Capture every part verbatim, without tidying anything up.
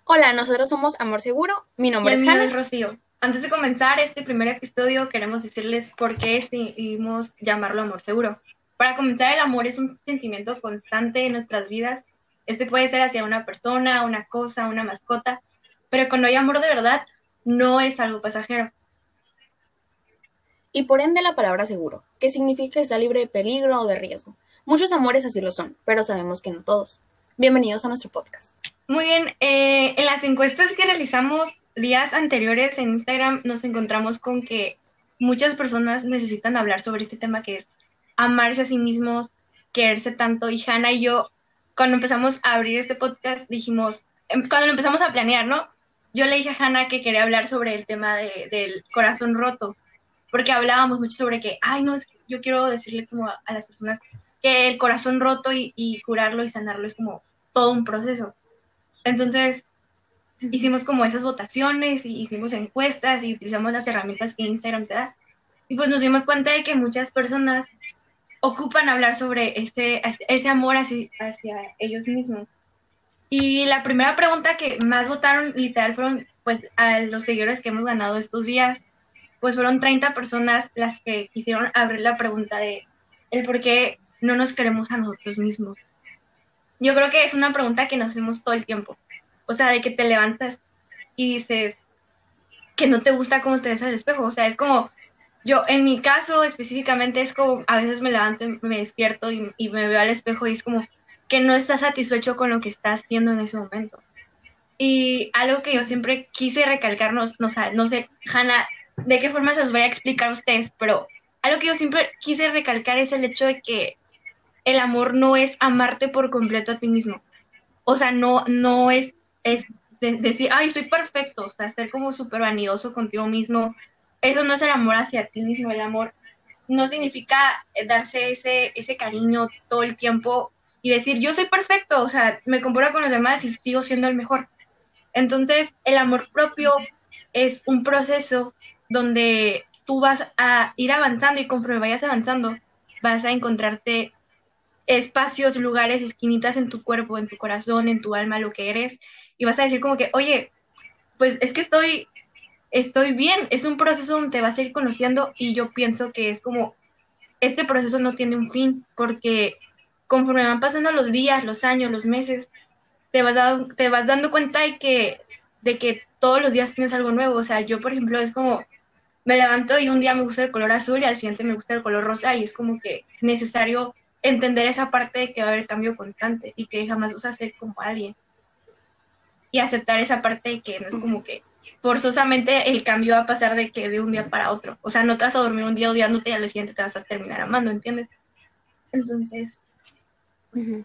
Hola, nosotros somos Amor Seguro. Mi Y nombre el es mío Hannah. es Rocío. Antes de comenzar este primer episodio, queremos decirles por qué decidimos llamarlo amor seguro. Para comenzar, el amor es un sentimiento constante en nuestras vidas. Este puede ser hacia una persona, una cosa, una mascota, pero cuando hay amor de verdad, no es algo pasajero. Y por ende la palabra seguro, que significa que está libre de peligro o de riesgo. Muchos amores así lo son, pero sabemos que no todos. Bienvenidos a nuestro podcast. Muy bien, eh, en las encuestas que realizamos días anteriores en Instagram nos encontramos con que muchas personas necesitan hablar sobre este tema que es amarse a sí mismos, quererse tanto. Y Hannah y yo, cuando empezamos a abrir este podcast, dijimos, em, cuando lo empezamos a planear, ¿no? Yo le dije a Hannah que quería hablar sobre el tema de, del corazón roto, porque hablábamos mucho sobre que, ay, no, es que yo quiero decirle como a, a las personas que el corazón roto y, y curarlo y sanarlo es como todo un proceso. Entonces, hicimos como esas votaciones y hicimos encuestas y utilizamos las herramientas que Instagram te da. Y pues nos dimos cuenta de que muchas personas ocupan hablar sobre ese, ese amor hacia, hacia ellos mismos. Y la primera pregunta que más votaron, literal, fueron pues a los seguidores que hemos ganado estos días, pues fueron treinta personas las que quisieron abrir la pregunta de el por qué no nos queremos a nosotros mismos. Yo creo que es una pregunta que nos hacemos todo el tiempo. O sea, de que te levantas y dices que no te gusta cómo te ves al espejo. O sea, es como, yo en mi caso específicamente es como, a veces me levanto, y me despierto y, y me veo al espejo y es como que no estás satisfecho con lo que estás haciendo en ese momento. Y algo que yo siempre quise recalcarnos, no, no, no sé, Hannah, de qué forma se los voy a explicar a ustedes, pero algo que yo siempre quise recalcar es el hecho de que el amor no es amarte por completo a ti mismo. O sea, no, no es, es de- decir, ay, soy perfecto, o sea, ser como súper vanidoso contigo mismo. Eso no es el amor hacia ti mismo. El amor no significa eh, darse ese, ese cariño todo el tiempo y decir, yo soy perfecto, o sea, me comparo con los demás y sigo siendo el mejor. Entonces, el amor propio es un proceso donde tú vas a ir avanzando y conforme vayas avanzando, vas a encontrarte espacios, lugares, esquinitas en tu cuerpo, en tu corazón, en tu alma, lo que eres, y vas a decir como que, oye, pues es que estoy, estoy bien, es un proceso donde te vas a ir conociendo y yo pienso que es como, este proceso no tiene un fin, porque conforme van pasando los días, los años, los meses, te vas, dando, te vas dando cuenta de que, de que todos los días tienes algo nuevo. O sea, yo, por ejemplo, es como, me levanto y un día me gusta el color azul y al siguiente me gusta el color rosa y es como que necesario entender esa parte de que va a haber cambio constante y que jamás vas a ser como alguien y aceptar esa parte de que no es como que forzosamente el cambio va a pasar de que de un día para otro. O sea, no te vas a dormir un día odiándote y al siguiente te vas a terminar amando, ¿entiendes? Entonces, Ujú.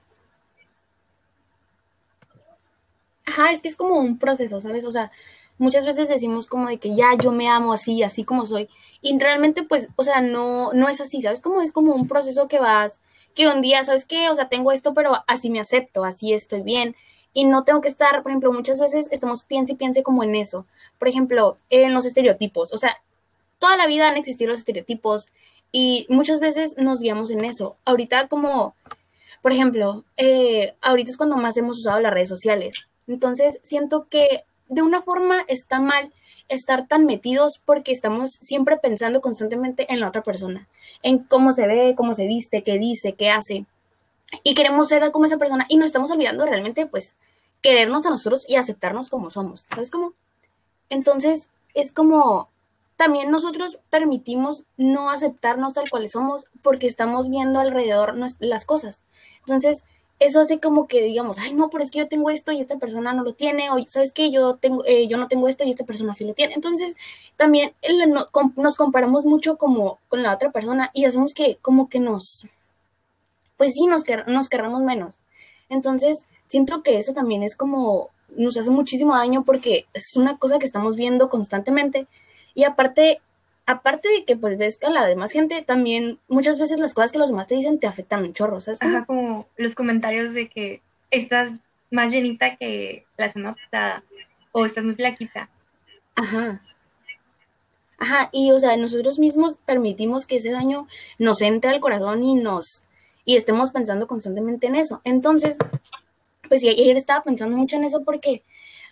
Ajá, es que es como un proceso, ¿sabes? O sea, muchas veces decimos como de que ya yo me amo así, así como soy. Y realmente, pues, o sea, no, no es así, ¿sabes? Como es como un proceso que vas, que un día, ¿sabes qué? O sea, tengo esto, pero así me acepto, así estoy bien. Y no tengo que estar, por ejemplo, muchas veces estamos piense y piense como en eso. Por ejemplo, en los estereotipos. O sea, toda la vida han existido los estereotipos y muchas veces nos guiamos en eso. Ahorita como por ejemplo, eh, ahorita es cuando más hemos usado las redes sociales. Entonces, siento que de una forma está mal estar tan metidos porque estamos siempre pensando constantemente en la otra persona, en cómo se ve, cómo se viste, qué dice, qué hace. Y queremos ser como esa persona y nos estamos olvidando realmente, pues, querernos a nosotros y aceptarnos como somos. ¿Sabes cómo? Entonces, es como también nosotros permitimos no aceptarnos tal cuales somos porque estamos viendo alrededor las cosas. Entonces, eso hace como que digamos, ay, no, pero es que yo tengo esto y esta persona no lo tiene, o sabes que yo tengo, eh, yo no tengo esto y esta persona sí lo tiene. Entonces, también el, no, com, nos comparamos mucho como con la otra persona y hacemos que como que nos, pues sí, nos, quer nos querramos menos. Entonces, siento que eso también es como, nos hace muchísimo daño porque es una cosa que estamos viendo constantemente. Y aparte, aparte de que pues ves que a la demás gente, también muchas veces las cosas que los demás te dicen te afectan un chorro, ¿sabes cómo? ajá, como los comentarios de que estás más llenita que la semana pasada o estás muy flaquita. Ajá. Ajá, y o sea, nosotros mismos permitimos que ese daño nos entre al corazón y nos, y estemos pensando constantemente en eso. Entonces, pues sí, ayer estaba pensando mucho en eso porque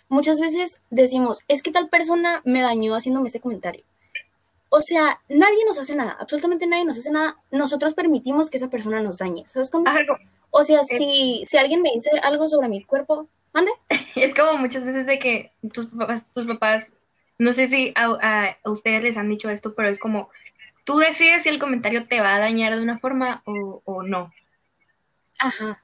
muchas veces decimos, es que tal persona me dañó haciéndome este comentario. O sea, nadie nos hace nada, absolutamente nadie nos hace nada. Nosotros permitimos que esa persona nos dañe, ¿sabes cómo? Algo, O sea, es, si, si alguien me dice algo sobre mi cuerpo, mande. es como muchas veces de que tus papás, tus papás, no sé si a, a- a ustedes les han dicho esto, pero es como, tú decides si el comentario te va a dañar de una forma o, o no. Ajá,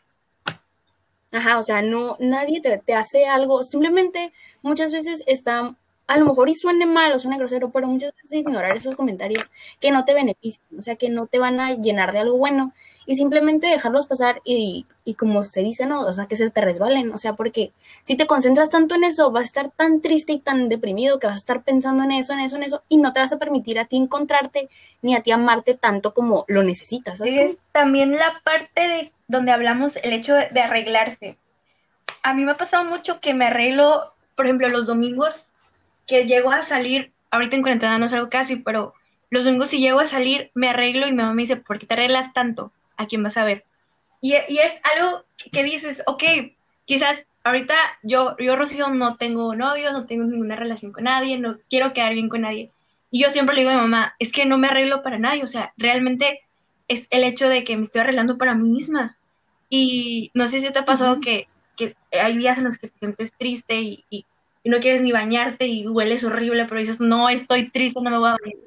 ajá, o sea, no, nadie te, te hace algo, simplemente muchas veces está, a lo mejor y suene mal o suene grosero, pero muchas veces ignorar esos comentarios que no te benefician, o sea, que no te van a llenar de algo bueno y simplemente dejarlos pasar y, y como se dice, ¿no? O sea, que se te resbalen, o sea, porque si te concentras tanto en eso, vas a estar tan triste y tan deprimido que vas a estar pensando en eso, en eso, en eso, y no te vas a permitir a ti encontrarte ni a ti amarte tanto como lo necesitas, ¿sabes Sí, cómo? es también la parte de donde hablamos el hecho de, de arreglarse. A mí me ha pasado mucho que me arreglo, Por ejemplo, los domingos que llego a salir, ahorita en cuarentena no salgo casi, pero los domingos si llego a salir, me arreglo y mi mamá me dice, ¿por qué te arreglas tanto? ¿A quién vas a ver? Y, y es algo que dices, ok, quizás ahorita yo, yo, Rocío, no tengo novio, no tengo ninguna relación con nadie, no quiero quedar bien con nadie. Y yo siempre le digo a mi mamá, es que no me arreglo para nadie, o sea, realmente es el hecho de que me estoy arreglando para mí misma. Y no sé si te ha pasado Ujú. que, que hay días en los que te sientes triste y, y, y no quieres ni bañarte y hueles horrible, pero dices, no, estoy triste, no me voy a bañar.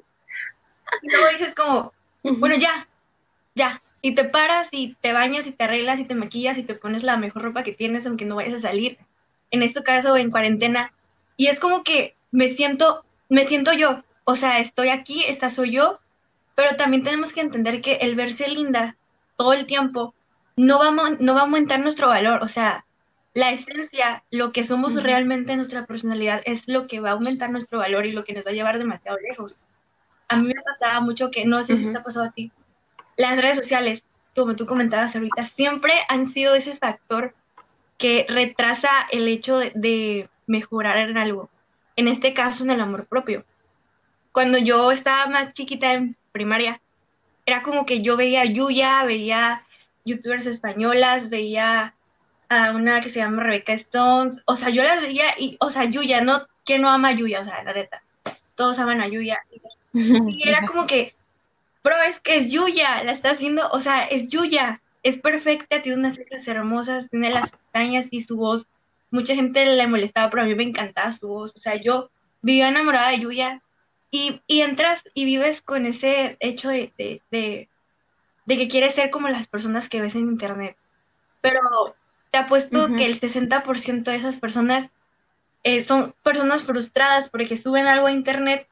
Y luego dices como, bueno, Ujú. ya, ya. Y te paras y te bañas y te arreglas y te maquillas y te pones la mejor ropa que tienes, aunque no vayas a salir. En este caso, en cuarentena. Y es como que me siento, me siento yo. O sea, estoy aquí, esta soy yo, pero también tenemos que entender que el verse linda todo el tiempo no va a, mo- no va a aumentar nuestro valor. O sea, la esencia, lo que somos Ujú. realmente, nuestra personalidad, es lo que va a aumentar nuestro valor y lo que nos va a llevar demasiado lejos. A mí me pasaba mucho que, no sé si te Ujú. ha pasado a ti, las redes sociales, como tú comentabas ahorita, siempre han sido ese factor que retrasa el hecho de, de mejorar en algo. En este caso, en el amor propio. Cuando yo estaba más chiquita en primaria, era como que yo veía a Yuya, veía youtubers españolas, veía a una que se llama Rebecca Stones, o sea, yo las veía y, o sea, Yuya, ¿no? ¿Quién no ama a Yuya? O sea, la neta, todos aman a Yuya. Y era como que, bro, es que es Yuya, la está haciendo, o sea, es Yuya, es perfecta, tiene unas cejas hermosas, tiene las pestañas y su voz. Mucha gente le molestaba, pero a mí me encantaba su voz. O sea, yo vivía enamorada de Yuya y, y entras y vives con ese hecho de, de, de, de que quieres ser como las personas que ves en internet. Pero te apuesto que Ujú. el sesenta por ciento de esas personas eh, son personas frustradas porque suben algo a internet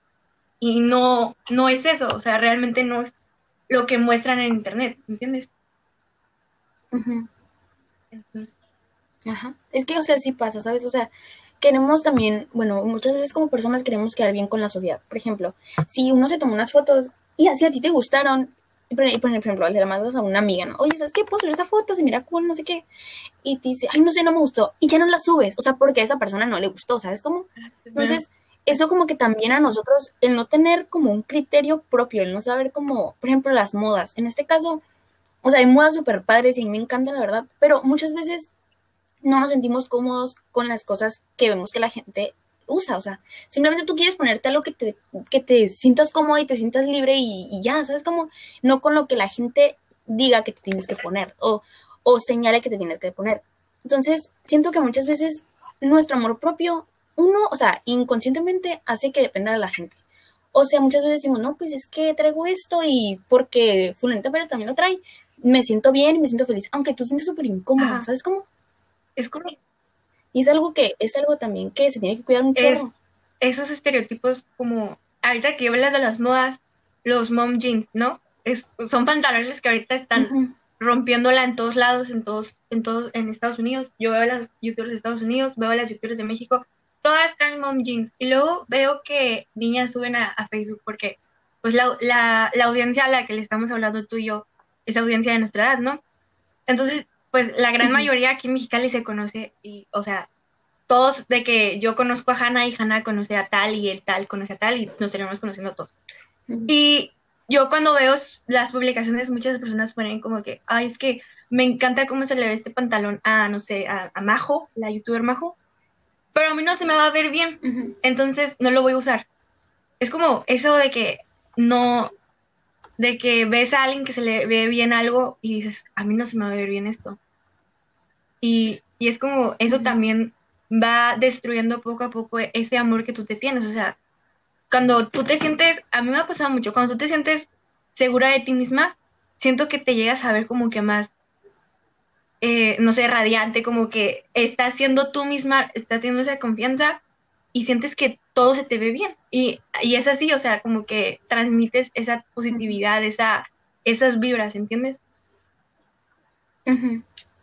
y no, no es eso, o sea, realmente no es lo que muestran en internet, ¿entiendes? Ujú. Entonces, Ajá. Es que, o sea, sí pasa, ¿sabes? O sea, queremos también, bueno, muchas veces como personas queremos quedar bien con la sociedad. Por ejemplo, si uno se toma unas fotos y así a ti te gustaron, y por, y por ejemplo, le mandas a una amiga, ¿no? Oye, ¿sabes qué? Puedo subir esa foto, se mira cool, no sé qué. Y te dice, ay, no sé, no me gustó. Y ya no la subes, o sea, porque a esa persona no le gustó, ¿sabes cómo? pero Entonces, eso como que también a nosotros, el no tener como un criterio propio, el no saber como, por ejemplo, las modas. En este caso, o sea, hay modas súper padres y a mí me encantan, la verdad, pero muchas veces no nos sentimos cómodos con las cosas que vemos que la gente usa, o sea, simplemente tú quieres ponerte algo que te, que te sientas cómodo y te sientas libre y, y ya, ¿sabes? Como no con lo que la gente diga que te tienes que poner o, o señale que te tienes que poner. Entonces, siento que muchas veces nuestro amor propio, uno, o sea, inconscientemente hace que dependa de la gente. O sea, muchas veces decimos, no, pues es que traigo esto y porque fulanita pero también lo trae, me siento bien y me siento feliz, aunque tú te sientes súper incómoda, ajá, ¿sabes cómo? es como, Y es algo que, es algo también que se tiene que cuidar un es chorro. esos estereotipos como, ahorita que hablas de las modas, los mom jeans, ¿no? Es, son pantalones que ahorita están Ujú. rompiéndola en todos lados, en todos, en todos, en Estados Unidos. Yo veo a las youtubers de Estados Unidos, veo a las youtubers de México, todas traen mom jeans. Y luego veo que niñas suben a, a Facebook porque, pues, la, la, la audiencia a la que le estamos hablando tú y yo es audiencia de nuestra edad, ¿no? Entonces, pues, la gran Ujú. mayoría aquí en Mexicali se conoce y, o sea, todos de que yo conozco a Hannah y Hannah conoce a tal y el tal conoce a tal y nos tenemos conociendo todos. Ujú. Y yo cuando veo las publicaciones, muchas personas ponen como que, ay, es que me encanta cómo se le ve este pantalón a, no sé, a, a Majo, la youtuber Majo. pero a mí no se me va a ver bien, Ujú. entonces no lo voy a usar. Es como eso de que no, de que ves a alguien que se le ve bien algo y dices, a mí no se me va a ver bien esto. Y, y es como, eso Ujú. también va destruyendo poco a poco ese amor que tú te tienes. O sea, cuando tú te sientes, a mí me ha pasado mucho, cuando tú te sientes segura de ti misma, siento que te llegas a ver como que más, eh, no sé, radiante, como que estás siendo tú misma, estás teniendo esa confianza y sientes que todo se te ve bien. Y, y es así, o sea, como que transmites esa Ujú. positividad, esa, esas vibras, ¿entiendes? Ujú.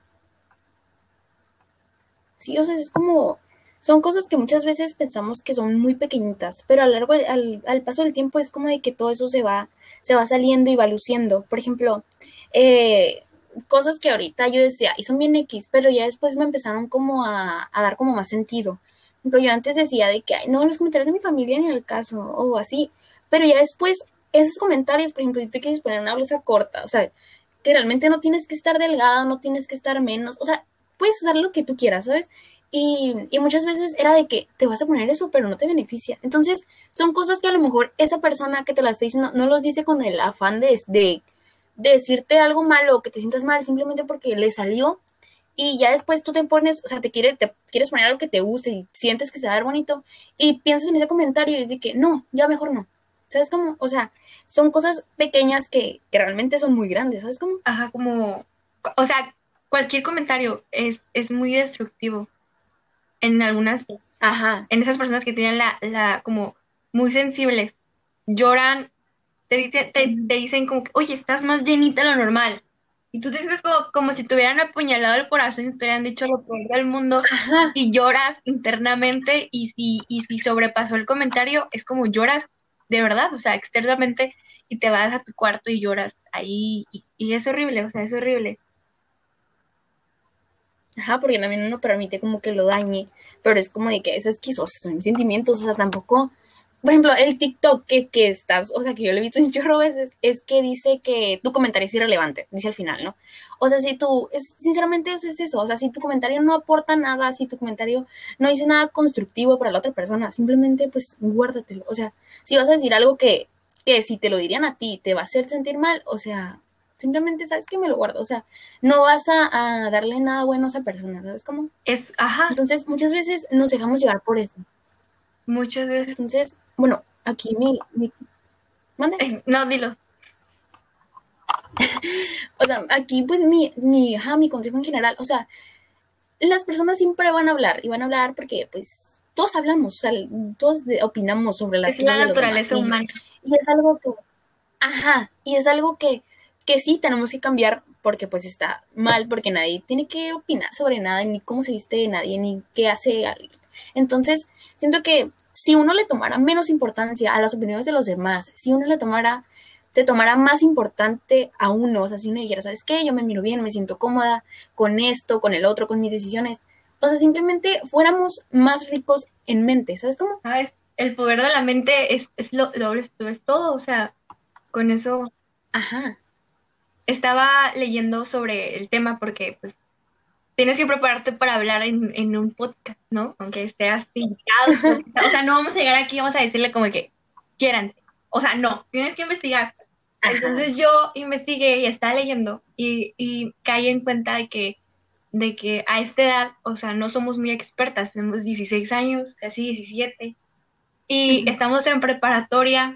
Sí, o sea, es como, son cosas que muchas veces pensamos que son muy pequeñitas, pero a lo largo, del- al, al paso del tiempo es como de que todo eso se va, se va saliendo y va luciendo. Por ejemplo, eh, cosas que ahorita yo decía, y son bien X, pero ya después me empezaron como a, a dar como más sentido. Por ejemplo, yo antes decía de que, ay, no, los comentarios de mi familia ni al caso, o así, pero ya después, esos comentarios, por ejemplo, si tú quieres poner una blusa corta, o sea, que realmente no tienes que estar delgada, no tienes que estar menos, o sea, puedes usar lo que tú quieras, ¿sabes? Y, y muchas veces era de que te vas a poner eso, pero no te beneficia. Entonces, son cosas que a lo mejor esa persona que te las está diciendo no los dice con el afán de, de, de decirte algo malo o que te sientas mal, simplemente porque le salió y ya después tú te pones, o sea, te, quiere, te quieres poner algo que te guste y sientes que se va a ver bonito y piensas en ese comentario y es de que no, ya mejor no. ¿Sabes cómo? O sea, son cosas pequeñas que, que realmente son muy grandes, ¿sabes cómo? Ajá, como, o sea, cualquier comentario es, es muy destructivo en algunas, Ajá. en esas personas que tienen la, la, como, muy sensibles, lloran, te, dice, te, te dicen como que, oye, estás más llenita de lo normal. Y tú te sientes como, como si te hubieran apuñalado el corazón y te hubieran dicho lo peor del mundo Ajá. y lloras internamente y si, y si sobrepasó el comentario, es como lloras de verdad, o sea, externamente y te vas a tu cuarto y lloras ahí y, y es horrible, o sea, es horrible. Ajá, porque también uno permite como que lo dañe, pero es como de que esas quizás son sentimientos, o sea, tampoco, por ejemplo, el TikTok que, que estás, o sea, que yo lo he visto un chorro veces, es que dice que tu comentario es irrelevante, dice al final, ¿no? O sea, si tú, es, sinceramente es eso, o sea, si tu comentario no aporta nada, si tu comentario no dice nada constructivo para la otra persona, simplemente pues guárdatelo, o sea, si vas a decir algo que, que si te lo dirían a ti te va a hacer sentir mal, o sea, simplemente sabes que me lo guardo, o sea, no vas a, a darle nada bueno a esa persona, ¿sabes cómo? Es, ajá, Entonces, muchas veces nos dejamos llevar por eso. muchas veces. Entonces, bueno, aquí mi, mi ¿mande? Eh, no, dilo. O sea, aquí pues mi, mi, ajá, mi consejo en general, o sea, las personas siempre van a hablar y van a hablar porque pues todos hablamos, o sea, todos de, opinamos sobre las Es cosas la de los demás naturaleza y, humana. y es algo que, ajá, y es algo que, que sí tenemos que cambiar porque pues está mal, porque nadie tiene que opinar sobre nada, ni cómo se viste nadie, ni qué hace alguien. Entonces, siento que si uno le tomara menos importancia a las opiniones de los demás, si uno le tomara, se tomara más importante a uno, o sea, si uno dijera, ¿sabes qué? Yo me miro bien, me siento cómoda con esto, con el otro, con mis decisiones. O sea, simplemente fuéramos más ricos en mente, ¿sabes cómo? Ah, es- el poder de la mente es, es lo, lo, es, lo es todo, o sea, con eso Ajá. estaba leyendo sobre el tema porque pues tienes que prepararte para hablar en, en un podcast, ¿no? Aunque seas invitado, lo que sea. O sea, no vamos a llegar aquí y vamos a decirle como que quiéranse. O sea, no, tienes que investigar. Ajá. Entonces yo investigué y estaba leyendo y, y caí en cuenta de que, de que a esta edad, o sea, no somos muy expertas, tenemos dieciséis años, casi diecisiete, y Ujú. estamos en preparatoria.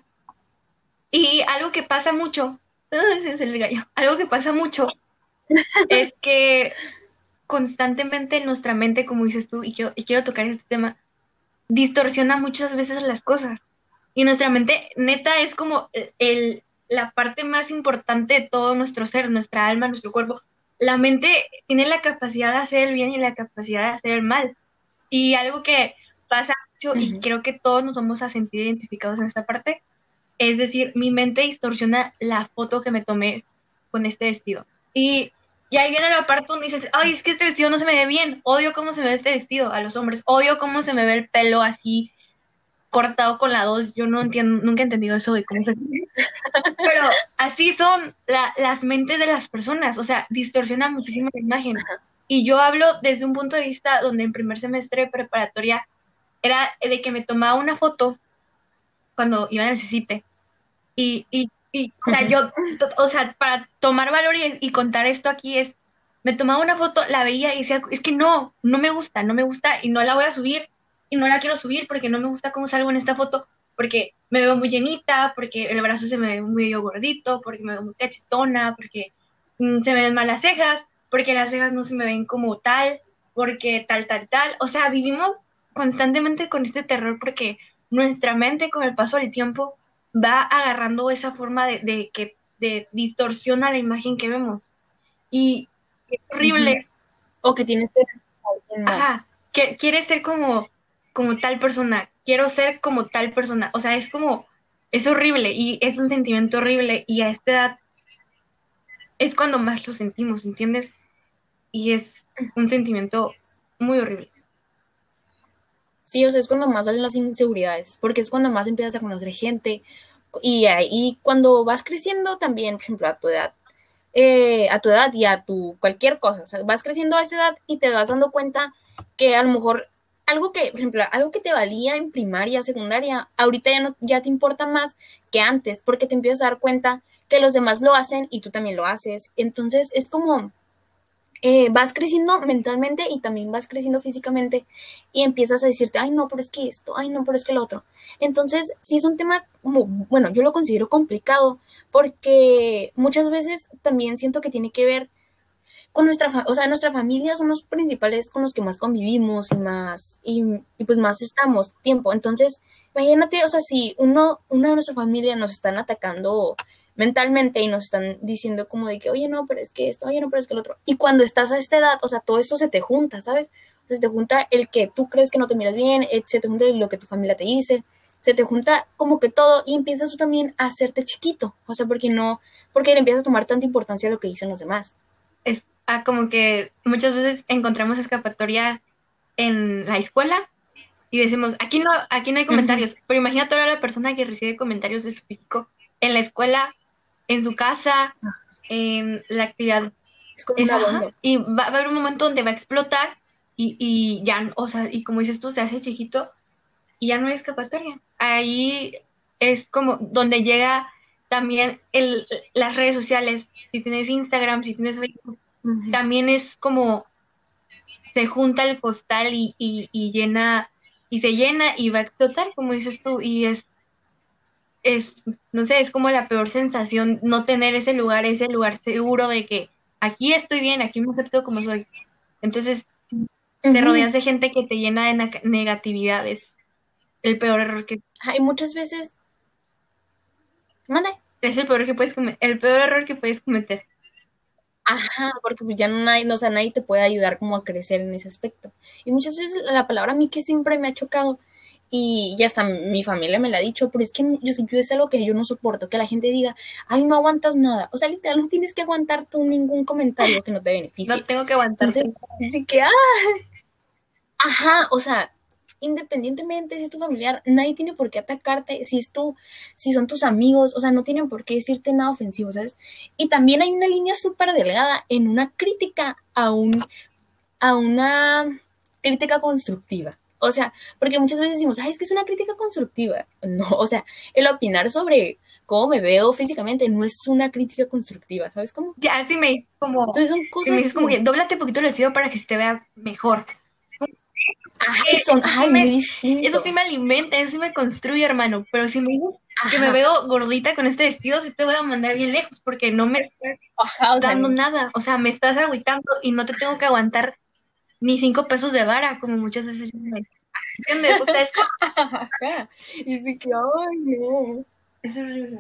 Y algo que pasa mucho, ¡ay, se me gallo! Algo que pasa mucho es que constantemente en nuestra mente, como dices tú, y yo y quiero tocar este tema, distorsiona muchas veces las cosas. Y nuestra mente, neta, es como el, el- la parte más importante de todo nuestro ser, nuestra alma, nuestro cuerpo. La mente tiene la capacidad de hacer el bien y la capacidad de hacer el mal. Y algo que pasa mucho, y Ujú. creo que todos nos vamos a sentir identificados en esta parte, es decir, mi mente distorsiona la foto que me tomé con este vestido. Y, y ahí viene la parte donde dices, ay, es que este vestido no se me ve bien. Odio cómo se me ve este vestido a los hombres. Odio cómo se me ve el pelo así cortado con la dos. Yo no entiendo, nunca he entendido eso de cómo se ve. Pero así son la, las mentes de las personas. O sea, distorsionan muchísimo la imagen. Y yo hablo desde un punto de vista donde en primer semestre de preparatoria era de que me tomaba una foto cuando iba en el CICITE. Y, y, y o sea, yo, o sea, para tomar valor y, y contar esto aquí es, me tomaba una foto, la veía y decía, es que no, no me gusta, no me gusta y no la voy a subir y no la quiero subir porque no me gusta cómo salgo en esta foto, porque me veo muy llenita, porque el brazo se me ve muy gordito, porque me veo muy cachetona, porque mm, se me ven mal las cejas, porque las cejas no se me ven como tal, porque tal, tal, tal. O sea, vivimos constantemente con este terror porque nuestra mente con el paso del tiempo va agarrando esa forma de, de que de distorsiona la imagen que vemos. Y es horrible. Uh-huh. O que tienes que ver a alguien más. Ajá, que quieres ser como, como tal persona, quiero ser como tal persona. O sea, es como, es horrible y es un sentimiento horrible y a esta edad es cuando más lo sentimos, ¿entiendes? Y es un sentimiento muy horrible. Sí, o sea, es cuando más salen las inseguridades, porque es cuando más empiezas a conocer gente y ahí cuando vas creciendo también, por ejemplo, a tu edad, eh, a tu edad y a tu cualquier cosa, o sea, vas creciendo a esa edad y te vas dando cuenta que a lo mejor algo que, por ejemplo, algo que te valía en primaria, secundaria, ahorita ya no, ya te importa más que antes, porque te empiezas a dar cuenta que los demás lo hacen y tú también lo haces. Entonces es como eh, vas creciendo mentalmente y también vas creciendo físicamente y empiezas a decirte, ay no, pero es que esto, ay no, pero es que lo otro. Entonces, sí es un tema como, bueno, yo lo considero complicado porque muchas veces también siento que tiene que ver con nuestra, fa- o sea, nuestra familia son los principales con los que más convivimos y más, y, y pues más estamos tiempo. Entonces, imagínate, o sea, si uno, una de nuestra familia nos están atacando mentalmente y nos están diciendo como de que, oye, no, pero es que esto, oye, no, pero es que el otro. Y cuando estás a esta edad, o sea, todo esto se te junta, ¿sabes? O sea, se te junta el que tú crees que no te miras bien, eh, se te junta lo que tu familia te dice, se te junta como que todo y empiezas tú también a hacerte chiquito, o sea, porque no, porque le empiezas a tomar tanta importancia a lo que dicen los demás. Es ah, como que muchas veces encontramos escapatoria en la escuela y decimos, aquí no, aquí no hay comentarios, uh-huh. Pero imagínate ahora la persona que recibe comentarios de su físico en la escuela, en su casa, en la actividad. Es como es, una ajá, bomba. y va, va a haber un momento donde va a explotar y, y ya, o sea, y como dices tú, se hace chiquito y ya no hay escapatoria. Ahí es como donde llega también el, las redes sociales. Si tienes Instagram, si tienes Facebook, uh-huh. También es como se junta el costal y, y, y llena, y se llena y va a explotar, como dices tú, y es, es, no sé, es como la peor sensación no tener ese lugar, ese lugar seguro de que aquí estoy bien, aquí me acepto como soy. Entonces, uh-huh. Te rodeas de gente que te llena de negatividad, es el peor error que... Ay, muchas veces... Mande. Es el peor, que puedes cometer, el peor error que puedes cometer. Ajá, porque pues ya no hay, no, o sea, nadie te puede ayudar como a crecer en ese aspecto. Y muchas veces la palabra a mí que siempre me ha chocado, y, y hasta mi familia me la ha dicho, pero es que yo, yo es algo que yo no soporto, que la gente diga, ay, no aguantas nada. O sea, literal, no tienes que aguantar tú ningún comentario que no te beneficie. No tengo que aguantar. Entonces, dice que, ah, ajá, o sea, independientemente si es tu familiar, nadie tiene por qué atacarte, si es tú, si son tus amigos, o sea, no tienen por qué decirte nada ofensivo, ¿sabes? Y también hay una línea súper delgada en una crítica a un, a una crítica constructiva. O sea, porque muchas veces decimos, ay, es que es una crítica constructiva. No, o sea, el opinar sobre cómo me veo físicamente no es una crítica constructiva, ¿sabes cómo? Ya, si me dices como, entonces son cosas si me dices como que dóblate un poquito el vestido para que se te vea mejor. Ay, son, eso, ay, sí me, muy distinto. Eso sí me alimenta, eso sí me construye, hermano. Pero si me dices que me veo gordita con este vestido, sí te voy a mandar bien lejos porque no me estás Ajá, o sea, dando no. nada. O sea, me estás agüitando y no te tengo que aguantar ni cinco pesos de vara, como muchas veces me... ¿Entiendes? O sea, es como... Ajá. Y sí que, ay, no. Es horrible.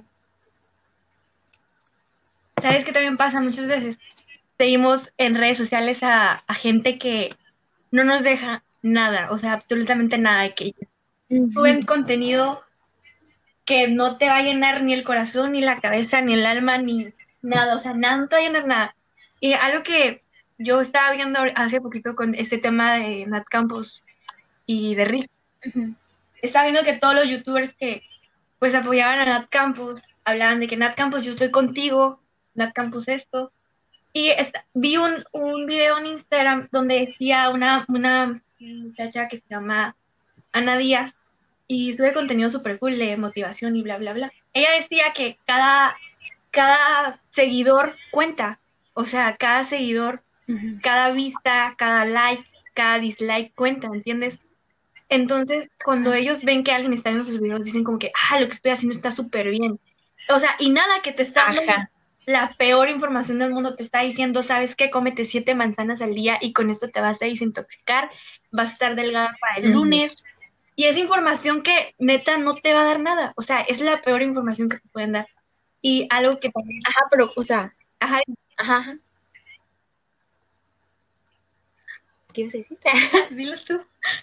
¿Sabes qué también pasa muchas veces? Seguimos en redes sociales a, a gente que no nos deja nada, o sea, absolutamente nada, que uh-huh. Suben contenido que no te va a llenar ni el corazón, ni la cabeza, ni el alma, ni nada, o sea, nada, no te va a llenar nada. Y algo que yo estaba viendo hace poquito con este tema de Nat Campos y de Rick, uh-huh. Estaba viendo que todos los youtubers que pues apoyaban a Nat Campos hablaban de que Nat Campos, yo estoy contigo, Nat Campos esto, y esta, vi un, un video en Instagram donde decía una, una muchacha que se llama Ana Díaz y sube contenido súper cool de motivación y bla, bla, bla. Ella decía que cada, cada seguidor cuenta, o sea, cada seguidor, Ujú. cada vista, cada like, cada dislike cuenta, ¿entiendes? Entonces, cuando Ajá. ellos ven que alguien está viendo sus videos, dicen como que, ah, lo que estoy haciendo está súper bien. O sea, y nada, que te está dando Ajá. la peor información del mundo, te está diciendo, ¿sabes qué? Cómete siete manzanas al día y con esto te vas a desintoxicar, vas a estar delgada para el Ujú. lunes. Y es información que neta no te va a dar nada. O sea, es la peor información que te pueden dar. Y algo que también, Ajá, pero, o sea, ajá, ajá, ajá. ¿Qué ibas a decir? dilo tú.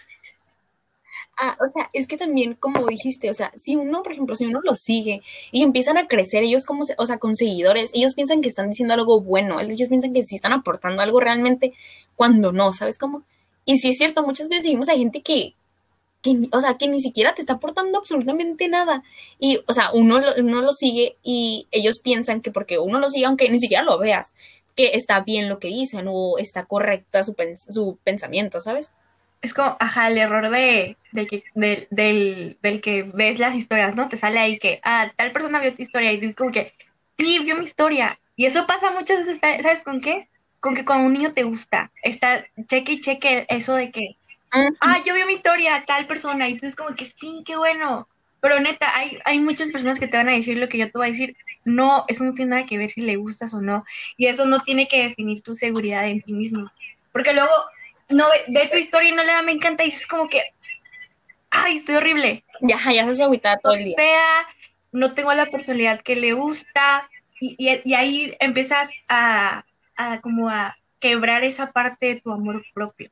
Ah, o sea, es que también, como dijiste, o sea, si uno, por ejemplo, si uno los sigue y empiezan a crecer, ellos como, se- o sea, con seguidores, ellos piensan que están diciendo algo bueno, ellos piensan que sí están aportando algo realmente, cuando no, ¿sabes cómo? Y sí es cierto, muchas veces seguimos a gente que, que, ni- o sea, que ni siquiera te está aportando absolutamente nada. Y, o sea, uno, lo- uno lo sigue y ellos piensan que porque uno lo sigue, aunque ni siquiera lo veas, que está bien lo que dicen o está correcta su, pens- su pensamiento, ¿sabes? Es como, ajá, el error de, de que, del, del, del que ves las historias, ¿no? Te sale ahí que, ah, tal persona vio tu historia y dices como que, sí, vio mi historia. Y eso pasa muchas veces, ¿sabes con qué? Con que cuando un niño te gusta, está, cheque y cheque eso de que, Ujú. ah, yo vi mi historia, tal persona, y tú es como que sí, qué bueno. Pero neta, hay, hay muchas personas que te van a decir lo que yo te voy a decir. No, eso no tiene nada que ver si le gustas o no. Y eso no tiene que definir tu seguridad en ti mismo. Porque luego no ve, ve tu historia y no le da me encanta y dices como que, ay, estoy horrible, Ya, ya se hace agüitada todo el estoy día. fea, no tengo la personalidad que le gusta. Y, y, y ahí empiezas a, a como a quebrar esa parte de tu amor propio.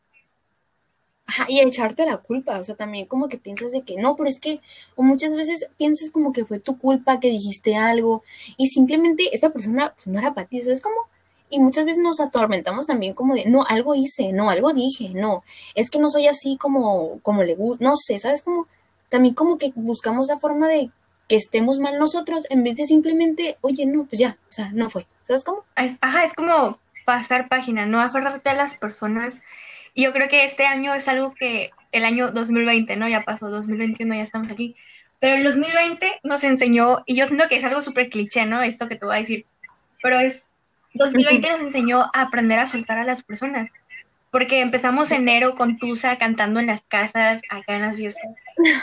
Ajá, y echarte la culpa, o sea, también como que piensas de que no, pero es que, o muchas veces piensas como que fue tu culpa, que dijiste algo, y simplemente esa persona pues, no era para ti, ¿sabes cómo? Y muchas veces nos atormentamos también como de, no, algo hice, no, algo dije, no, es que no soy así como, como le gusta, no sé, ¿sabes cómo? También como que buscamos la forma de que estemos mal nosotros, en vez de simplemente, oye, no, pues ya, o sea, no fue, ¿sabes cómo? Es, ajá, es como pasar página, no aferrarte a las personas. Y yo creo que este año es algo que el año dos mil veinte, ¿no? Ya pasó, dos mil veintiuno, ya estamos aquí. Pero el dos mil veinte nos enseñó, y yo siento que es algo súper cliché, ¿no? Esto que te voy a decir, pero es, dos mil veinte nos enseñó a aprender a soltar a las personas. Porque empezamos enero con Tusa cantando en las casas, acá en las fiestas.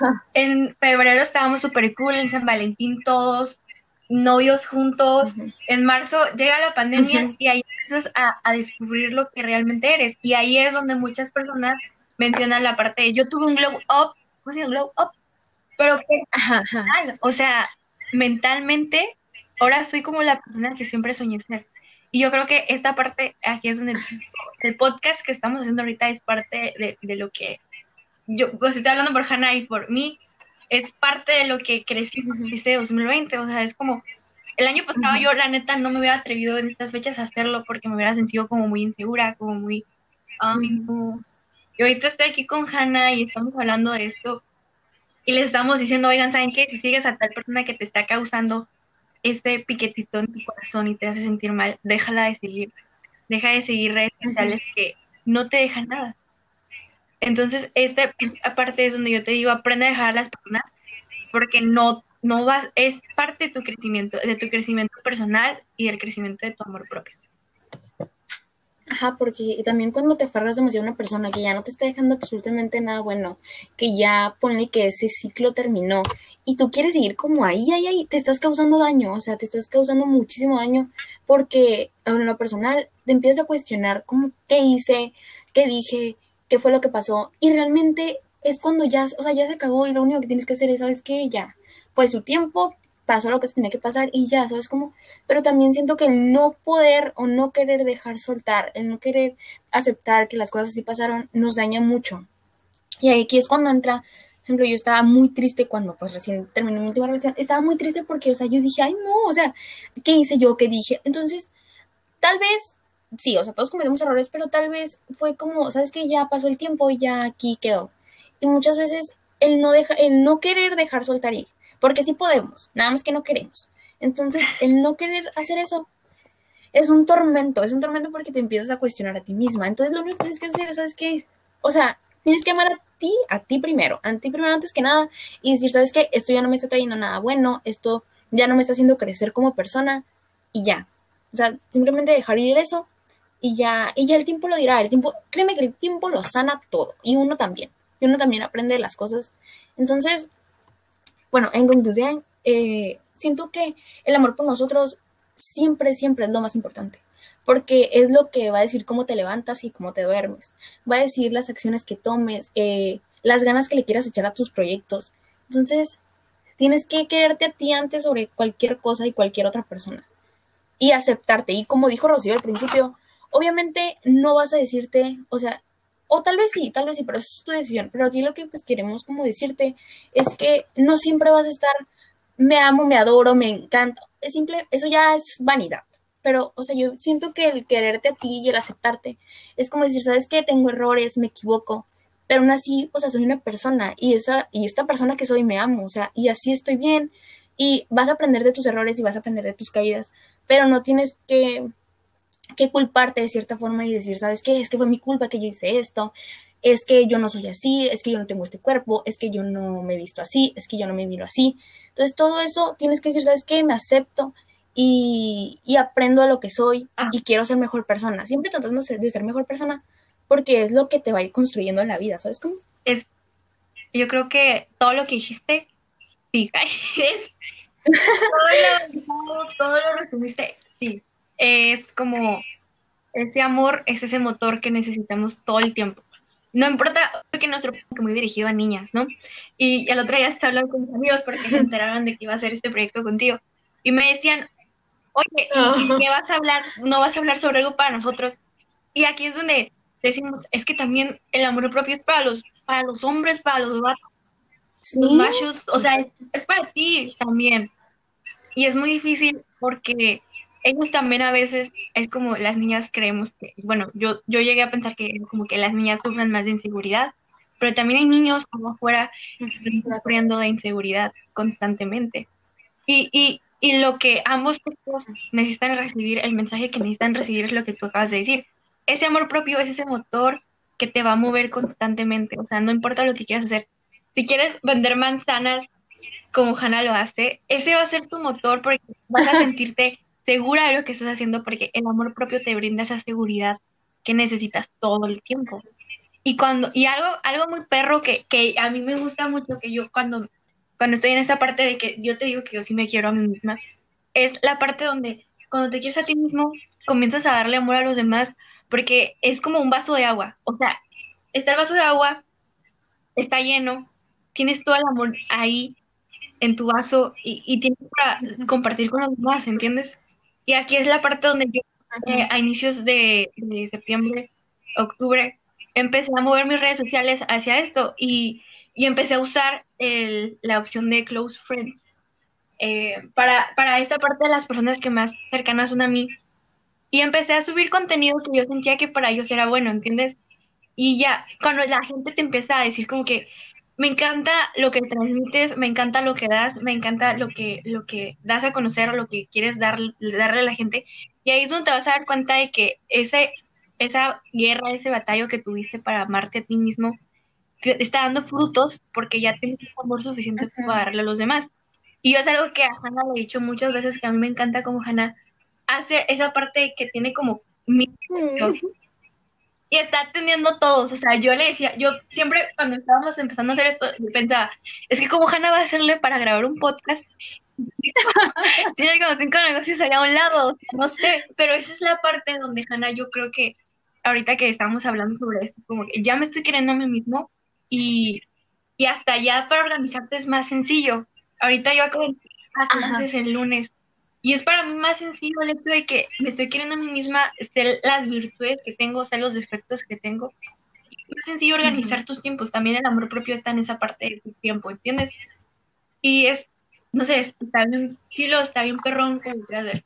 En febrero estábamos súper cool, en San Valentín todos, novios juntos. Ujú, En marzo llega la pandemia ujú, y ahí empiezas a, a descubrir lo que realmente eres. Y ahí es donde muchas personas mencionan la parte de yo tuve un glow up, ¿cómo se llama? Glow up, pero ajá, ajá, personal, o sea, mentalmente, ahora soy como la persona que siempre soñé ser. Y yo creo que esta parte, aquí es donde el podcast que estamos haciendo ahorita es parte de, de lo que yo, pues estoy hablando por Hannah y por mí, es parte de lo que crecí ujú, este dos mil veinte. O sea, es como, el año pasado ujú, yo la neta no me hubiera atrevido en estas fechas a hacerlo porque me hubiera sentido como muy insegura, como muy, ay, ujú. no. Y ahorita estoy aquí con Hannah y estamos hablando de esto y les estamos diciendo, oigan, ¿saben qué? Si sigues a tal persona que te está causando este piquetito en tu corazón y te hace sentir mal, déjala de seguir, deja de seguir redes Ujú. sociales que no te dejan nada. Entonces, esta parte es donde yo te digo, aprende a dejar a las personas porque no, no vas, es parte de tu crecimiento, de tu crecimiento personal y del crecimiento de tu amor propio. Ajá, porque también cuando te aferras demasiado a una persona que ya no te está dejando absolutamente nada bueno, que ya ponle que ese ciclo terminó y tú quieres seguir como ahí, ahí, ahí, te estás causando daño, o sea, te estás causando muchísimo daño porque en lo personal te empiezas a cuestionar como qué hice, qué dije, qué fue lo que pasó y realmente es cuando ya, o sea, ya se acabó y lo único que tienes que hacer es, ¿sabes qué? Ya, fue su tiempo, pasó lo que se tenía que pasar y ya, ¿sabes cómo? Pero también siento que el no poder o no querer dejar soltar, el no querer aceptar que las cosas así pasaron, nos daña mucho. Y aquí es cuando entra, por ejemplo, yo estaba muy triste cuando pues recién terminé mi última relación, estaba muy triste porque, o sea, yo dije, ay no, o sea, ¿qué hice yo? ¿Qué dije? Entonces, tal vez, sí, o sea, todos cometemos errores, pero tal vez fue como, ¿sabes qué? Ya pasó el tiempo y ya aquí quedó. Y muchas veces el no, deja, el no querer dejar soltar ir, porque sí podemos, nada más que no queremos. Entonces, el no querer hacer eso es un tormento, es un tormento porque te empiezas a cuestionar a ti misma. Entonces lo único que tienes que hacer, ¿sabes qué? O sea, tienes que amar a ti, a ti primero, a ti primero antes que nada, y decir, ¿sabes qué? Esto ya no me está trayendo nada bueno, esto ya no me está haciendo crecer como persona, y ya. O sea, simplemente dejar ir eso, y ya, y ya el tiempo lo dirá, el tiempo, créeme que el tiempo lo sana todo, y uno también, y uno también aprende de las cosas. Entonces, bueno, en conclusión, eh, siento que el amor por nosotros siempre, siempre es lo más importante, porque es lo que va a decir cómo te levantas y cómo te duermes, va a decir las acciones que tomes, eh, las ganas que le quieras echar a tus proyectos. Entonces, tienes que quererte a ti antes sobre cualquier cosa y cualquier otra persona y aceptarte. Y como dijo Rocío al principio, obviamente no vas a decirte, o sea, o tal vez sí, tal vez sí, pero eso es tu decisión. Pero aquí lo que pues queremos como decirte es que no siempre vas a estar, me amo, me adoro, me encanta. Es simple, eso ya es vanidad. Pero, o sea, yo siento que el quererte a ti y el aceptarte es como decir, ¿sabes qué? Tengo errores, me equivoco, pero aún así, o sea, soy una persona y esa y esta persona que soy me amo, o sea, y así estoy bien y vas a aprender de tus errores y vas a aprender de tus caídas, pero no tienes que que culparte de cierta forma y decir, ¿sabes qué? Es que fue mi culpa que yo hice esto, es que yo no soy así, es que yo no tengo este cuerpo, es que yo no me he visto así, es que yo no me miro así. Entonces todo eso tienes que decir, ¿sabes qué? Me acepto y, y aprendo a lo que soy Ah, y quiero ser mejor persona, siempre tratando de ser mejor persona porque es lo que te va a ir construyendo en la vida, ¿sabes cómo? es, yo creo que todo lo que dijiste, sí, es todo lo, todo, todo lo resumiste, sí. Es como ese amor, es ese motor que necesitamos todo el tiempo. No importa, porque nuestro podcast es muy dirigido a niñas, ¿no? Y el otro día estaba hablando con mis amigos porque se enteraron de que iba a hacer este proyecto contigo. Y me decían, oye, ¿y, y qué vas a hablar? ¿No vas a hablar sobre algo para nosotros? Y aquí es donde decimos, es que también el amor propio es para los, para los hombres, para los vatos, los Sí, machos, o sea, es, es para ti también. Y es muy difícil porque ellos también a veces, es como las niñas creemos que, bueno, yo, yo llegué a pensar que como que las niñas sufren más de inseguridad, pero también hay niños allá afuera que están sufriendo de inseguridad constantemente. Y, y, y lo que ambos sexos necesitan recibir, el mensaje que necesitan recibir es lo que tú acabas de decir. Ese amor propio es ese motor que te va a mover constantemente, o sea, no importa lo que quieras hacer. Si quieres vender manzanas como Hannah lo hace, ese va a ser tu motor porque vas a sentirte segura de lo que estás haciendo porque el amor propio te brinda esa seguridad que necesitas todo el tiempo. Y cuando, y algo, algo muy perro que, que a mí me gusta mucho, que yo cuando, cuando estoy en esta parte de que yo te digo que yo sí me quiero a mí misma, es la parte donde cuando te quieres a ti mismo, comienzas a darle amor a los demás, porque es como un vaso de agua. O sea, está el vaso de agua, está lleno, tienes todo el amor ahí en tu vaso y, y tienes para compartir con los demás, ¿entiendes? Y aquí es la parte donde yo, eh, a inicios de, de septiembre, octubre, empecé a mover mis redes sociales hacia esto y, y empecé a usar el, la opción de Close Friends eh, para, para esta parte de las personas que más cercanas son a mí. Y empecé a subir contenido que yo sentía que para ellos era bueno, ¿entiendes? Y ya, cuando la gente te empieza a decir como que me encanta lo que transmites, me encanta lo que das, me encanta lo que, lo que das a conocer o lo que quieres dar, darle a la gente. Y ahí es donde te vas a dar cuenta de que ese, esa guerra, ese batalla que tuviste para amarte a ti mismo, te está dando frutos porque ya tienes amor suficiente para darle a los demás. Y es algo que a Hannah le he dicho muchas veces que a mí me encanta como Hannah hace esa parte que tiene como mil negocios y está atendiendo todos. O sea, yo le decía, yo siempre cuando estábamos empezando a hacer esto, yo pensaba, es que como Hannah va a hacerle para grabar un podcast, tiene como cinco negocios allá a un lado, no sé, pero esa es la parte donde Hannah, yo creo que ahorita que estamos hablando sobre esto, es como que ya me estoy queriendo a mí mismo y, y hasta ya para organizarte es más sencillo. Ahorita yo acabo de ir a clases el lunes y es para mí más sencillo el hecho de que me estoy queriendo a mí misma, sé las virtudes que tengo, sé los defectos que tengo. Es más sencillo organizar tus tiempos. También el amor propio está en esa parte de tu tiempo, ¿entiendes? Y es, no sé, está bien chilo, está bien perrón, como quieras ver.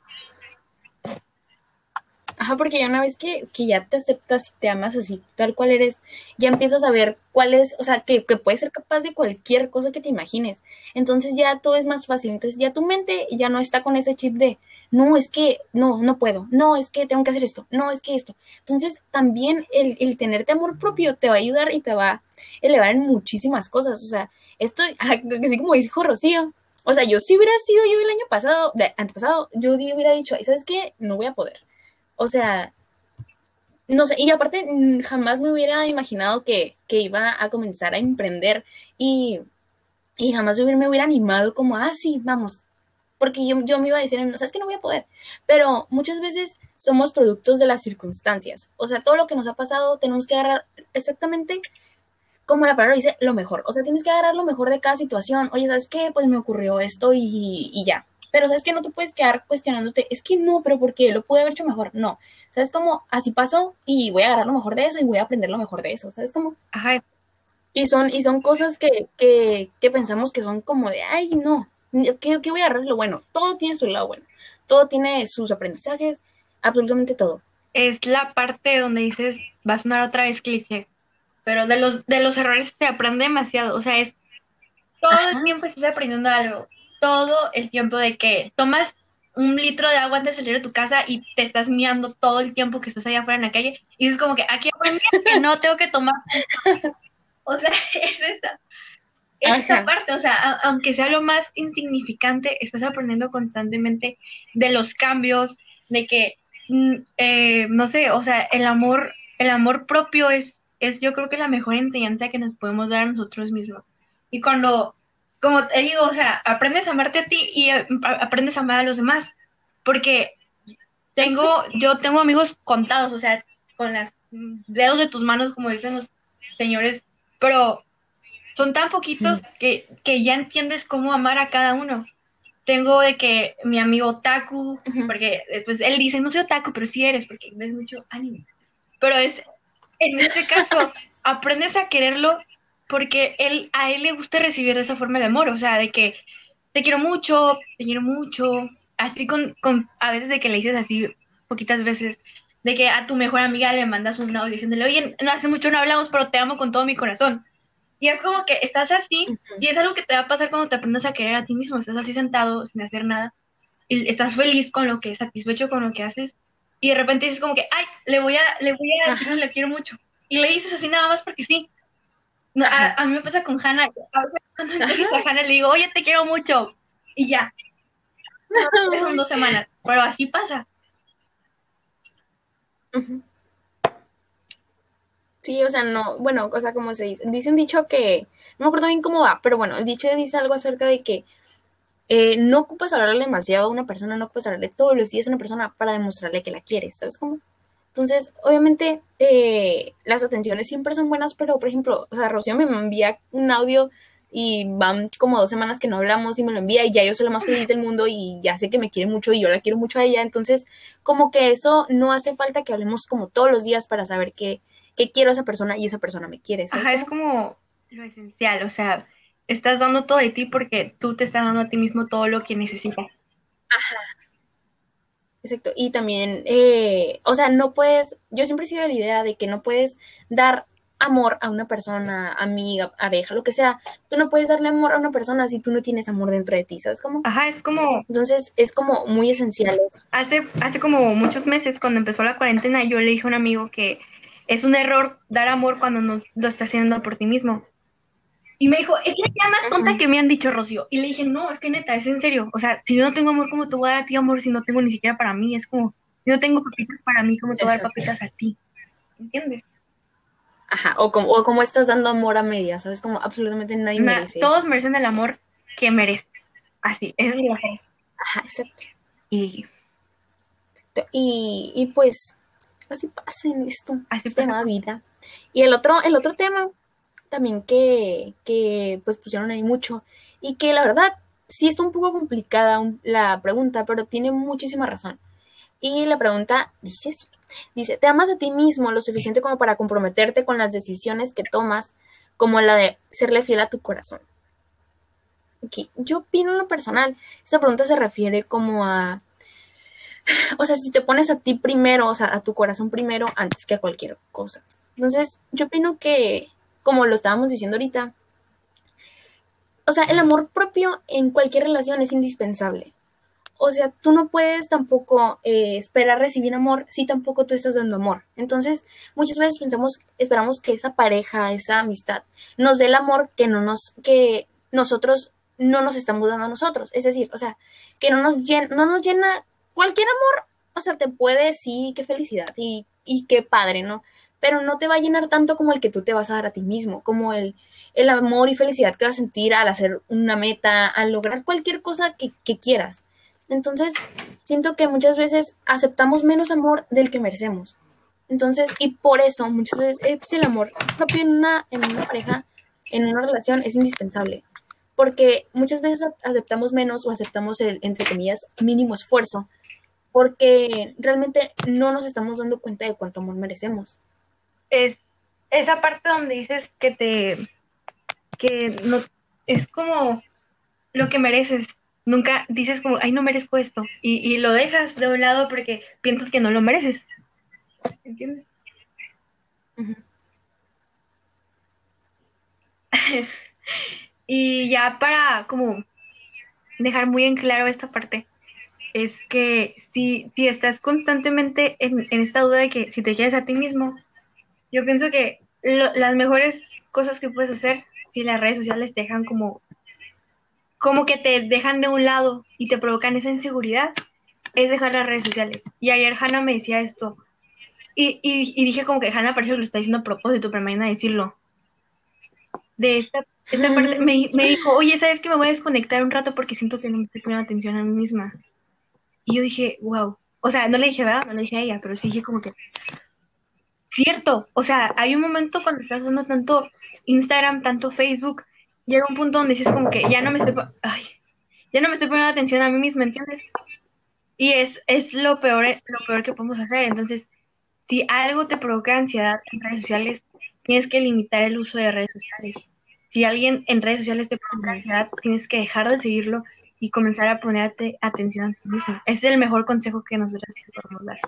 Ajá, porque ya una vez que, que ya te aceptas y te amas así, tal cual eres, ya empiezas a ver cuál es, o sea, que, que puedes ser capaz de cualquier cosa que te imagines. Entonces ya todo es más fácil. Entonces ya tu mente ya no está con ese chip de, no, es que no, no puedo, no, es que tengo que hacer esto, no, es que esto. Entonces, también el, el tenerte amor propio te va a ayudar y te va a elevar en muchísimas cosas. O sea, esto, así como dijo Rocío, o sea, yo si hubiera sido yo el año pasado, de, antepasado, yo hubiera dicho, ¿sabes qué? No voy a poder. O sea, no sé, y aparte jamás me hubiera imaginado que, que iba a comenzar a emprender y, y jamás me hubiera animado como, ah, sí, vamos, porque yo, yo me iba a decir, no, sabes que no voy a poder, pero muchas veces somos productos de las circunstancias, o sea, todo lo que nos ha pasado tenemos que agarrar exactamente como la palabra dice, lo mejor, o sea, tienes que agarrar lo mejor de cada situación, oye, ¿sabes qué? Pues me ocurrió esto y, y ya, pero ¿sabes qué? No te puedes quedar cuestionándote, es que no, pero ¿por qué? Lo pude haber hecho mejor, no, ¿sabes cómo? Así pasó y voy a agarrar lo mejor de eso y voy a aprender lo mejor de eso, ¿sabes cómo? Ajá. Y son, y son cosas que, que, que pensamos que son como de, ay, no, ¿qué, ¿qué voy a agarrar lo bueno? Todo tiene su lado bueno, todo tiene sus aprendizajes, absolutamente todo. Es la parte donde dices, va a sonar otra vez cliché, pero de los, de los errores se aprende demasiado, o sea, es todo Ajá. el tiempo estás aprendiendo algo, todo el tiempo de que tomas un litro de agua antes de salir de tu casa y te estás mirando todo el tiempo que estás allá afuera en la calle y es como que aquí aprendí que no tengo que tomar. O sea, es esa, es esa Ajá. parte, o sea, a- aunque sea lo más insignificante, estás aprendiendo constantemente de los cambios, de que, mm, eh, no sé, o sea, el amor, el amor propio es, es yo creo que la mejor enseñanza que nos podemos dar a nosotros mismos. Y cuando, como te digo, o sea, aprendes a amarte a ti y eh, a- aprendes a amar a los demás, porque tengo, yo tengo amigos contados, o sea, con las mm, dedos de tus manos, como dicen los señores, pero son tan poquitos que, que ya entiendes cómo amar a cada uno. Tengo de que mi amigo otaku, Ujú. porque después él dice, no soy otaku, pero sí eres, porque ves mucho anime. Pero es, en este caso, aprendes a quererlo porque él, a él le gusta recibir de esa forma de amor, o sea, de que te quiero mucho, te quiero mucho, así con, con a veces de que le dices así poquitas veces, de que a tu mejor amiga le mandas un audio diciéndole, oye, no hace mucho no hablamos, pero te amo con todo mi corazón. Y es como que estás así, y es algo que te va a pasar cuando te aprendas a querer a ti mismo. Estás así sentado sin hacer nada, y estás feliz con lo que, satisfecho con lo que haces, y de repente dices como que, ay, le voy a, le voy a decir que Ajá. le quiero mucho. Y le dices así nada más porque sí. No, a, Ajá. a mí me pasa con Hannah. A veces cuando Ajá. entrevisto a Hannah le digo, oye, te quiero mucho. Y ya, son dos semanas. Pero así pasa. Ujú. Sí, o sea, no, bueno, o sea, como se dice, dice un dicho que, no me acuerdo bien cómo va, pero bueno, el dicho dice algo acerca de que eh, no ocupas hablarle demasiado a una persona, no ocupas hablarle todos los días a una persona para demostrarle que la quieres, ¿sabes cómo? Entonces, obviamente, eh, las atenciones siempre son buenas, pero, por ejemplo, o sea, Rocío me envía un audio y van como dos semanas que no hablamos y me lo envía y ya yo soy la más feliz del mundo y ya sé que me quiere mucho y yo la quiero mucho a ella. Entonces, como que eso no hace falta que hablemos como todos los días para saber que, que quiero a esa persona y esa persona me quiere, ¿sabes Ajá, es cómo? como lo esencial. O sea, estás dando todo de ti porque tú te estás dando a ti mismo todo lo que necesitas. Exacto. Y también, eh, o sea, no puedes, yo siempre he sido de la idea de que no puedes dar amor a una persona, amiga, pareja, lo que sea. Tú no puedes darle amor a una persona si tú no tienes amor dentro de ti, ¿sabes cómo? Ajá, es como Entonces, es como muy esencial eso. hace, hace como muchos meses, cuando empezó la cuarentena, yo le dije a un amigo que es un error dar amor cuando no lo estás haciendo por ti mismo. Y me dijo, es la idea más tonta Ujú. que me han dicho, Rocío. Y le dije, no, es que neta, es en serio. O sea, si yo no tengo amor, ¿cómo te voy a dar a ti amor si no tengo ni siquiera para mí? Es como, si no tengo papitas para mí, ¿cómo te voy a dar Exacto. papitas a ti? ¿Entiendes? Ajá. O como, o como estás dando amor a medias, ¿sabes? Como absolutamente nadie Na- merece eso. todos merecen el amor que merecen. Así, esa es mi frase. Ajá, exacto. Y Y, y pues, así pasa en esto, así esta pasa. llamada vida. Y el otro, el otro tema también que, que pues pusieron ahí mucho y que la verdad sí está un poco complicada un- la pregunta, pero tiene muchísima razón. Y la pregunta dice así, dice, ¿te amas a ti mismo lo suficiente como para comprometerte con las decisiones que tomas, como la de serle fiel a tu corazón? Okay. Yo opino en lo personal, esta pregunta se refiere como a, o sea, si te pones a ti primero, o sea, a tu corazón primero antes que a cualquier cosa. Entonces, yo opino que, como lo estábamos diciendo ahorita, o sea, el amor propio en cualquier relación es indispensable. O sea, tú no puedes tampoco eh, esperar recibir amor si tampoco tú estás dando amor. Entonces, muchas veces pensamos, esperamos que esa pareja, esa amistad, nos dé el amor que no nos, que nosotros no nos estamos dando a nosotros. Es decir, o sea, que no nos llena, no nos llena cualquier amor. O sea, te puede, sí, qué felicidad y, y qué padre, ¿no? Pero no te va a llenar tanto como el que tú te vas a dar a ti mismo, como el, el amor y felicidad que vas a sentir al hacer una meta, al lograr cualquier cosa que, que quieras. Entonces, siento que muchas veces aceptamos menos amor del que merecemos. Entonces, y por eso, muchas veces eh, pues el amor propio en una, en una pareja, en una relación, es indispensable. Porque muchas veces aceptamos menos o aceptamos el, entre comillas, mínimo esfuerzo, porque realmente no nos estamos dando cuenta de cuánto amor merecemos. Es esa parte donde dices que te, que no, es como lo que mereces. Nunca dices como, ay, no merezco esto. Y, y lo dejas de un lado porque piensas que no lo mereces. ¿Entiendes? Ujú. Y ya para como dejar muy en claro esta parte, es que si, si estás constantemente en, en esta duda de que si te quieres a ti mismo, yo pienso que lo- las mejores cosas que puedes hacer si las redes sociales te dejan como, como que te dejan de un lado y te provocan esa inseguridad, es dejar las redes sociales. Y ayer Hannah me decía esto, y, y, y dije como que Hannah parece que lo está diciendo a propósito, pero me van a decirlo. De esta, esta parte, me, me dijo, oye, ¿sabes qué? Me voy a desconectar un rato porque siento que no me estoy poniendo atención a mí misma. Y yo dije, wow. O sea, no le dije, ¿verdad? No le dije a ella, pero sí dije como que, cierto. O sea, hay un momento cuando estás usando tanto Instagram, tanto Facebook, llega un punto donde dices como que ya no me estoy, po- ay, ya no me estoy poniendo atención a mí misma, ¿entiendes? Y es, es lo peor, lo peor que podemos hacer. Entonces, si algo te provoca ansiedad en redes sociales, tienes que limitar el uso de redes sociales. Si alguien en redes sociales te provoca ansiedad, tienes que dejar de seguirlo y comenzar a ponerte atención a ti mismo. Ese es el mejor consejo que nosotras te podemos dar.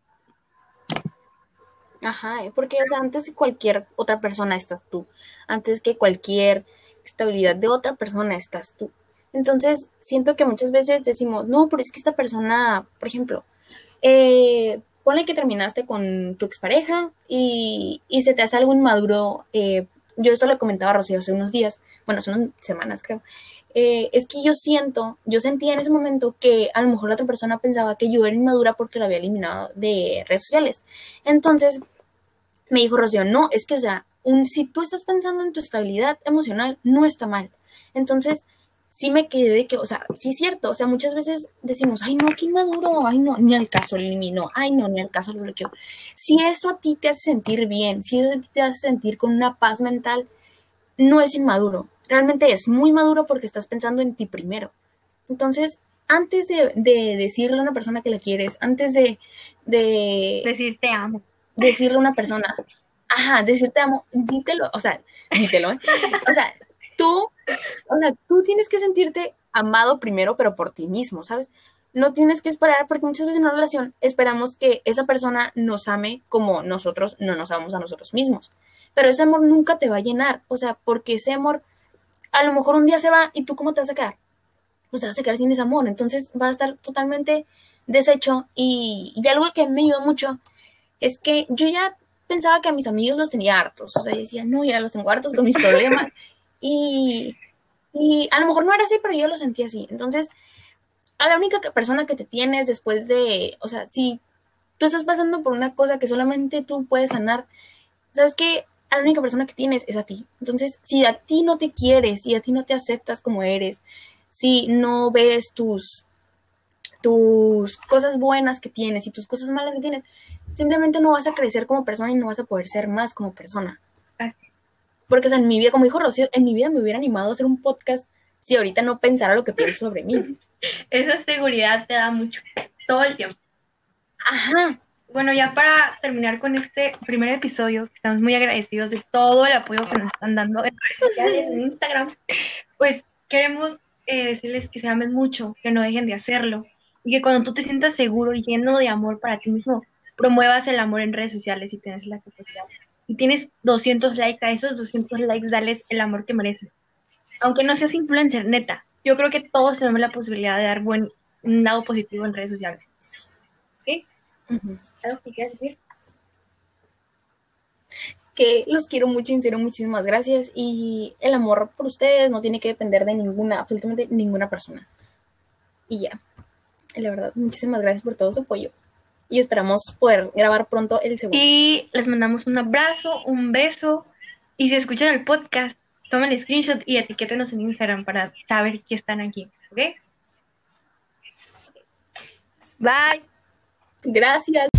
Ajá, eh, porque o sea, antes de cualquier otra persona estás tú, antes que cualquier estabilidad de otra persona estás tú. Entonces, siento que muchas veces decimos, no, pero es que esta persona, por ejemplo, eh, ponle que terminaste con tu expareja y, y se te hace algo inmaduro. Eh, yo esto le comentaba a Rocío hace unos días, bueno, hace unas semanas creo. Eh, es que yo siento, yo sentía en ese momento que a lo mejor la otra persona pensaba que yo era inmadura porque la había eliminado de redes sociales. Entonces, me dijo Rocío, no, es que, o sea, un, si tú estás pensando en tu estabilidad emocional, no está mal. Entonces, sí me quedé de que, o sea, sí es cierto, o sea, muchas veces decimos, ay, no, qué inmaduro, ay, no, ni al caso lo eliminó, ay, no, ni al caso lo bloqueó. Si eso a ti te hace sentir bien, si eso a ti te hace sentir con una paz mental, no es inmaduro. Realmente es muy maduro porque estás pensando en ti primero. Entonces, antes de, de decirle a una persona que la quieres, antes de, de Decir te amo. decirle a una persona, ajá, decirte amo, dítelo, o sea, dítelo, ¿eh? O sea, tú, o sea, tú tienes que sentirte amado primero, pero por ti mismo, ¿sabes? No tienes que esperar, porque muchas veces en una relación esperamos que esa persona nos ame como nosotros no nos amamos a nosotros mismos. Pero ese amor nunca te va a llenar, o sea, porque ese amor a lo mejor un día se va y tú cómo te vas a quedar, pues te vas a quedar sin ese amor, entonces va a estar totalmente deshecho y, y algo que me ayudó mucho es que yo ya pensaba que a mis amigos los tenía hartos, o sea, yo decía, no, ya los tengo hartos con mis problemas y, y a lo mejor no era así, pero yo lo sentía así, entonces a la única persona que te tienes después de, o sea, si tú estás pasando por una cosa que solamente tú puedes sanar, sabes que a la única persona que tienes es a ti. Entonces, si a ti no te quieres, si a ti no te aceptas como eres, si no ves tus, tus cosas buenas que tienes y tus cosas malas que tienes, simplemente no vas a crecer como persona y no vas a poder ser más como persona. Porque, o sea, en mi vida, como dijo Rocío, en mi vida me hubiera animado a hacer un podcast si ahorita no pensara lo que pienso sobre mí. Esa seguridad te da mucho, todo el tiempo. Ajá. Bueno, ya para terminar con este primer episodio, estamos muy agradecidos de todo el apoyo que nos están dando en redes sociales, en Instagram. Pues queremos eh, decirles que se amen mucho, que no dejen de hacerlo y que cuando tú te sientas seguro y lleno de amor para ti mismo, promuevas el amor en redes sociales si tienes la capacidad. Si tienes doscientos likes, a esos doscientos likes dales el amor que merecen. Aunque no seas influencer, neta, yo creo que todos tenemos la posibilidad de dar buen un lado positivo en redes sociales. ¿Ok? Ujú. ¿Algo que quieras decir? Que los quiero mucho, en serio, muchísimas gracias. Y el amor por ustedes no tiene que depender de ninguna, absolutamente ninguna persona. Y ya, la verdad, muchísimas gracias por todo su apoyo. Y esperamos poder grabar pronto el segundo. Y les mandamos un abrazo, un beso. Y si escuchan el podcast, tomen el screenshot y etiquétenos en Instagram para saber que están aquí. ¿Ok? Bye. Gracias.